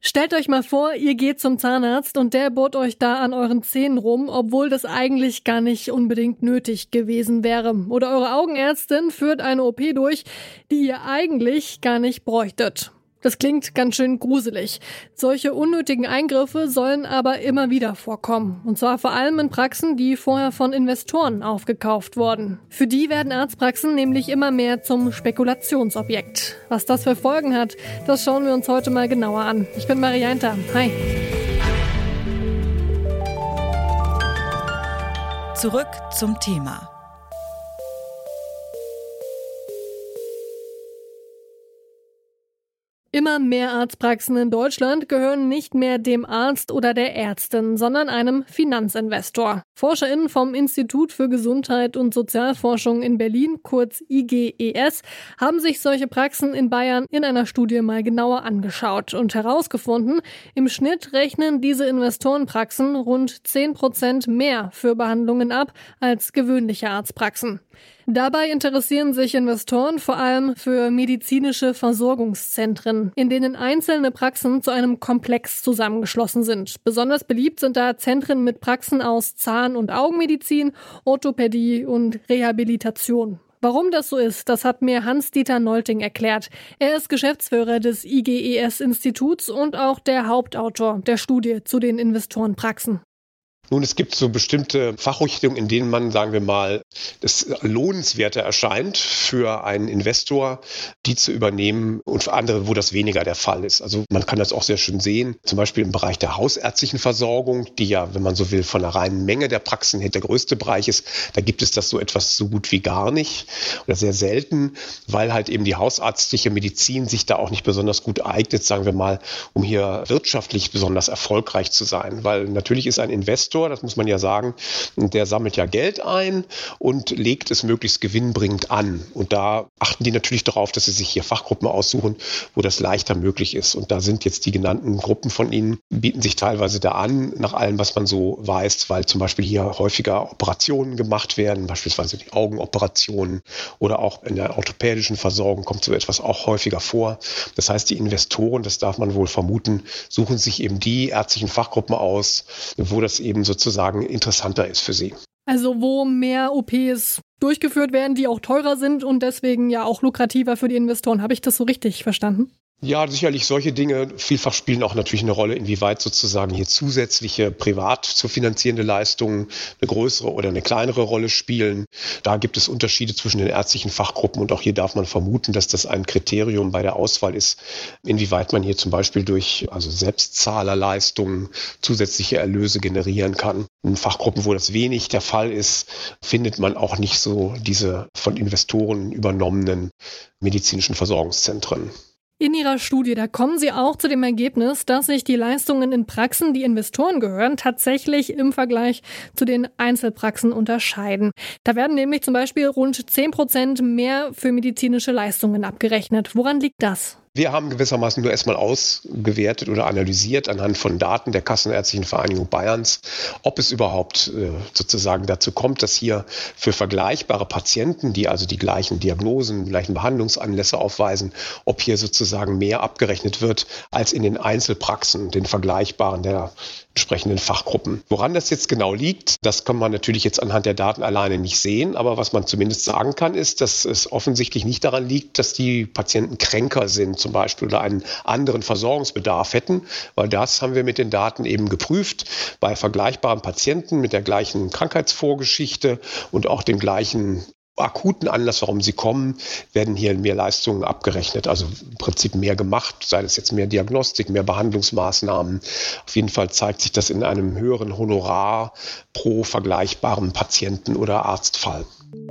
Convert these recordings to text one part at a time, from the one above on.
Stellt euch mal vor, ihr geht zum Zahnarzt und der bohrt euch da an euren Zähnen rum, obwohl das eigentlich gar nicht unbedingt nötig gewesen wäre. Oder eure Augenärztin führt eine OP durch, die ihr eigentlich gar nicht bräuchtet. Das klingt ganz schön gruselig. Solche unnötigen Eingriffe sollen aber immer wieder vorkommen. Und zwar vor allem in Praxen, die vorher von Investoren aufgekauft wurden. Für die werden Arztpraxen nämlich immer mehr zum Spekulationsobjekt. Was das für Folgen hat, das schauen wir uns heute mal genauer an. Ich bin Marianta. Hi. Zurück zum Thema. Immer mehr Arztpraxen in Deutschland gehören nicht mehr dem Arzt oder der Ärztin, sondern einem Finanzinvestor. ForscherInnen vom Institut für Gesundheit und Sozialforschung in Berlin, kurz IGES, haben sich solche Praxen in Bayern in einer Studie mal genauer angeschaut und herausgefunden, im Schnitt rechnen diese Investorenpraxen rund 10% mehr für Behandlungen ab als gewöhnliche Arztpraxen. Dabei interessieren sich Investoren vor allem für medizinische Versorgungszentren, in denen einzelne Praxen zu einem Komplex zusammengeschlossen sind. Besonders beliebt sind da Zentren mit Praxen aus Zahn- und Augenmedizin, Orthopädie und Rehabilitation. Warum das so ist, das hat mir Hans-Dieter Nolting erklärt. Er ist Geschäftsführer des IGES-Instituts und auch der Hauptautor der Studie zu den Investorenpraxen. Nun, es gibt so bestimmte Fachrichtungen, in denen man, sagen wir mal, das lohnenswerter erscheint für einen Investor, die zu übernehmen, und für andere, wo das weniger der Fall ist. Also man kann das auch sehr schön sehen, zum Beispiel im Bereich der hausärztlichen Versorgung, die ja, wenn man so will, von der reinen Menge der Praxen der größte Bereich ist. Da gibt es das so etwas so gut wie gar nicht oder sehr selten, weil halt eben die hausärztliche Medizin sich da auch nicht besonders gut eignet, sagen wir mal, um hier wirtschaftlich besonders erfolgreich zu sein. Weil natürlich ist ein Investor, das muss man ja sagen, der sammelt ja Geld ein und legt es möglichst gewinnbringend an. Und da achten die natürlich darauf, dass sie sich hier Fachgruppen aussuchen, wo das leichter möglich ist. Und da sind jetzt die genannten Gruppen von ihnen, bieten sich teilweise da an, nach allem, was man so weiß, weil zum Beispiel hier häufiger Operationen gemacht werden, beispielsweise die Augenoperationen oder auch in der orthopädischen Versorgung kommt so etwas auch häufiger vor. Das heißt, die Investoren, das darf man wohl vermuten, suchen sich eben die ärztlichen Fachgruppen aus, wo das eben sozusagen interessanter ist für sie. Also wo mehr OPs durchgeführt werden, die auch teurer sind und deswegen ja auch lukrativer für die Investoren. Habe ich das so richtig verstanden? Ja, sicherlich solche Dinge. Vielfach spielen auch natürlich eine Rolle, inwieweit sozusagen hier zusätzliche privat zu finanzierende Leistungen eine größere oder eine kleinere Rolle spielen. Da gibt es Unterschiede zwischen den ärztlichen Fachgruppen und auch hier darf man vermuten, dass das ein Kriterium bei der Auswahl ist, inwieweit man hier zum Beispiel durch Selbstzahlerleistungen zusätzliche Erlöse generieren kann. In Fachgruppen, wo das wenig der Fall ist, findet man auch nicht so diese von Investoren übernommenen medizinischen Versorgungszentren. In Ihrer Studie, da kommen Sie auch zu dem Ergebnis, dass sich die Leistungen in Praxen, die Investoren gehören, tatsächlich im Vergleich zu den Einzelpraxen unterscheiden. Da werden nämlich zum Beispiel rund 10% mehr für medizinische Leistungen abgerechnet. Woran liegt das? Wir haben gewissermaßen nur erstmal ausgewertet oder analysiert anhand von Daten der Kassenärztlichen Vereinigung Bayerns, ob es überhaupt sozusagen dazu kommt, dass hier für vergleichbare Patienten, die also die gleichen Diagnosen, gleichen Behandlungsanlässe aufweisen, ob hier sozusagen mehr abgerechnet wird als in den Einzelpraxen, den vergleichbaren der entsprechenden Fachgruppen. Woran das jetzt genau liegt, das kann man natürlich jetzt anhand der Daten alleine nicht sehen, aber was man zumindest sagen kann, ist, dass es offensichtlich nicht daran liegt, dass die Patienten kränker sind zum Beispiel oder einen anderen Versorgungsbedarf hätten, weil das haben wir mit den Daten eben geprüft. Bei vergleichbaren Patienten mit der gleichen Krankheitsvorgeschichte und auch dem gleichen akuten Anlass, warum sie kommen, werden hier mehr Leistungen abgerechnet. Also im Prinzip mehr gemacht, sei es jetzt mehr Diagnostik, mehr Behandlungsmaßnahmen. Auf jeden Fall zeigt sich das in einem höheren Honorar pro vergleichbaren Patienten- oder Arztfall.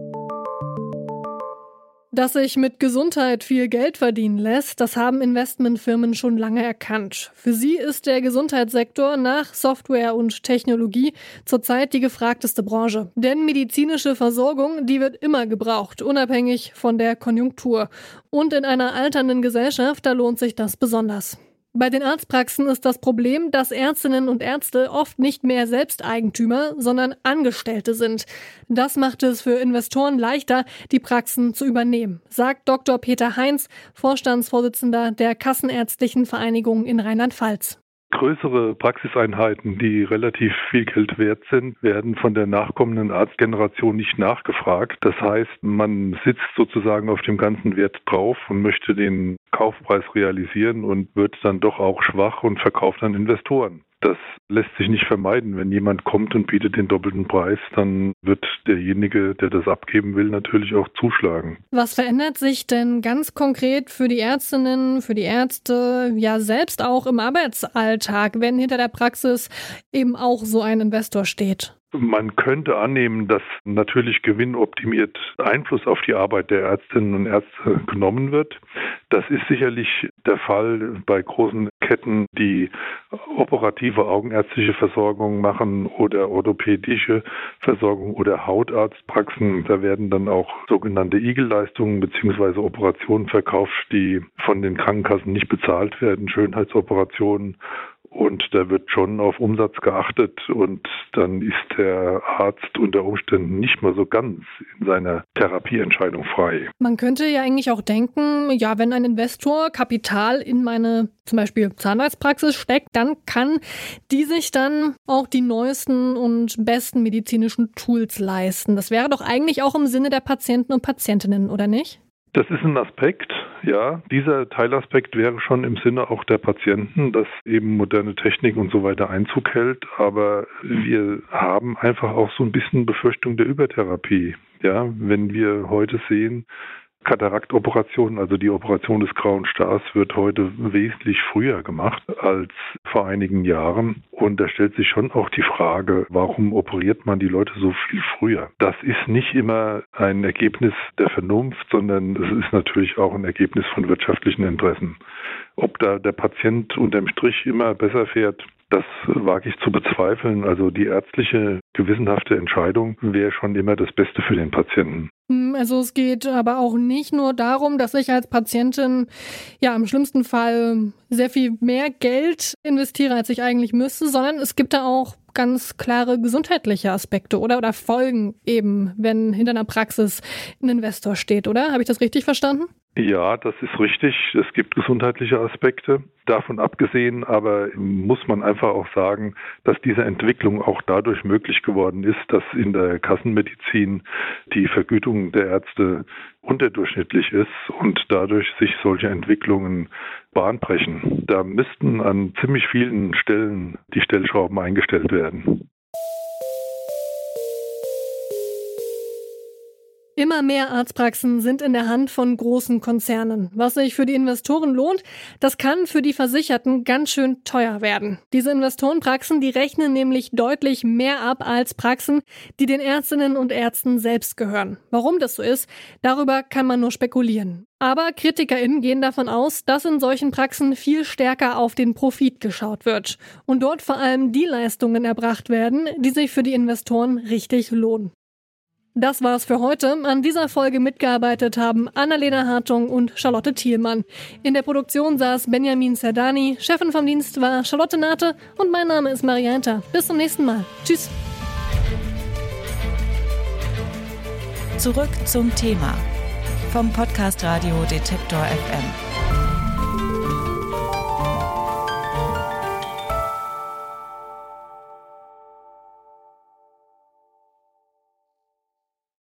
Dass sich mit Gesundheit viel Geld verdienen lässt, das haben Investmentfirmen schon lange erkannt. Für sie ist der Gesundheitssektor nach Software und Technologie zurzeit die gefragteste Branche. Denn medizinische Versorgung, die wird immer gebraucht, unabhängig von der Konjunktur. Und in einer alternden Gesellschaft, da lohnt sich das besonders. Bei den Arztpraxen ist das Problem, dass Ärztinnen und Ärzte oft nicht mehr Selbsteigentümer, sondern Angestellte sind. Das macht es für Investoren leichter, die Praxen zu übernehmen, sagt Dr. Peter Heinz, Vorstandsvorsitzender der Kassenärztlichen Vereinigung in Rheinland-Pfalz. Größere Praxiseinheiten, die relativ viel Geld wert sind, werden von der nachkommenden Arztgeneration nicht nachgefragt. Das heißt, man sitzt sozusagen auf dem ganzen Wert drauf und möchte den Kaufpreis realisieren und wird dann doch auch schwach und verkauft an Investoren. Das lässt sich nicht vermeiden. Wenn jemand kommt und bietet den doppelten Preis, dann wird derjenige, der das abgeben will, natürlich auch zuschlagen. Was verändert sich denn ganz konkret für die Ärztinnen, für die Ärzte, ja selbst auch im Arbeitsalltag, wenn hinter der Praxis eben auch so ein Investor steht? Man könnte annehmen, dass natürlich gewinnoptimiert Einfluss auf die Arbeit der Ärztinnen und Ärzte genommen wird. Das ist sicherlich der Fall bei großen Ketten, die operative augenärztliche Versorgung machen oder orthopädische Versorgung oder Hautarztpraxen. Da werden dann auch sogenannte Igelleistungen bzw. Operationen verkauft, die von den Krankenkassen nicht bezahlt werden, Schönheitsoperationen. Und da wird schon auf Umsatz geachtet und dann ist der Arzt unter Umständen nicht mehr so ganz in seiner Therapieentscheidung frei. Man könnte ja eigentlich auch denken, ja, wenn ein Investor Kapital in meine zum Beispiel Zahnarztpraxis steckt, dann kann die sich dann auch die neuesten und besten medizinischen Tools leisten. Das wäre doch eigentlich auch im Sinne der Patienten und Patientinnen, oder nicht? Das ist ein Aspekt, ja. Dieser Teilaspekt wäre schon im Sinne auch der Patienten, dass eben moderne Technik und so weiter Einzug hält. Aber wir haben einfach auch so ein bisschen Befürchtung der Übertherapie. Ja, wenn wir heute sehen, Kataraktoperationen, also die Operation des grauen Stars, wird heute wesentlich früher gemacht als vor einigen Jahren. Und da stellt sich schon auch die Frage, warum operiert man die Leute so viel früher? Das ist nicht immer ein Ergebnis der Vernunft, sondern es ist natürlich auch ein Ergebnis von wirtschaftlichen Interessen. Ob da der Patient unterm Strich immer besser fährt, das wage ich zu bezweifeln. Also die ärztliche, gewissenhafte Entscheidung wäre schon immer das Beste für den Patienten. Also es geht aber auch nicht nur darum, dass ich als Patientin ja im schlimmsten Fall sehr viel mehr Geld investiere, als ich eigentlich müsste, sondern es gibt da auch ganz klare gesundheitliche Aspekte oder Folgen eben, wenn hinter einer Praxis ein Investor steht, oder? Habe ich das richtig verstanden? Ja, das ist richtig. Es gibt gesundheitliche Aspekte. Davon abgesehen aber muss man einfach auch sagen, dass diese Entwicklung auch dadurch möglich geworden ist, dass in der Kassenmedizin die Vergütung der Ärzte unterdurchschnittlich ist und dadurch sich solche Entwicklungen Bahn brechen. Da müssten an ziemlich vielen Stellen die Stellschrauben eingestellt werden. Immer mehr Arztpraxen sind in der Hand von großen Konzernen. Was sich für die Investoren lohnt, das kann für die Versicherten ganz schön teuer werden. Diese Investorenpraxen, die rechnen nämlich deutlich mehr ab als Praxen, die den Ärztinnen und Ärzten selbst gehören. Warum das so ist, darüber kann man nur spekulieren. Aber KritikerInnen gehen davon aus, dass in solchen Praxen viel stärker auf den Profit geschaut wird und dort vor allem die Leistungen erbracht werden, die sich für die Investoren richtig lohnen. Das war's für heute. An dieser Folge mitgearbeitet haben Annalena Hartung und Charlotte Thielmann. In der Produktion saß Benjamin Zerdani, Chefin vom Dienst war Charlotte Nate und mein Name ist Marianta. Bis zum nächsten Mal. Tschüss. Zurück zum Thema vom Podcast Radio Detektor FM.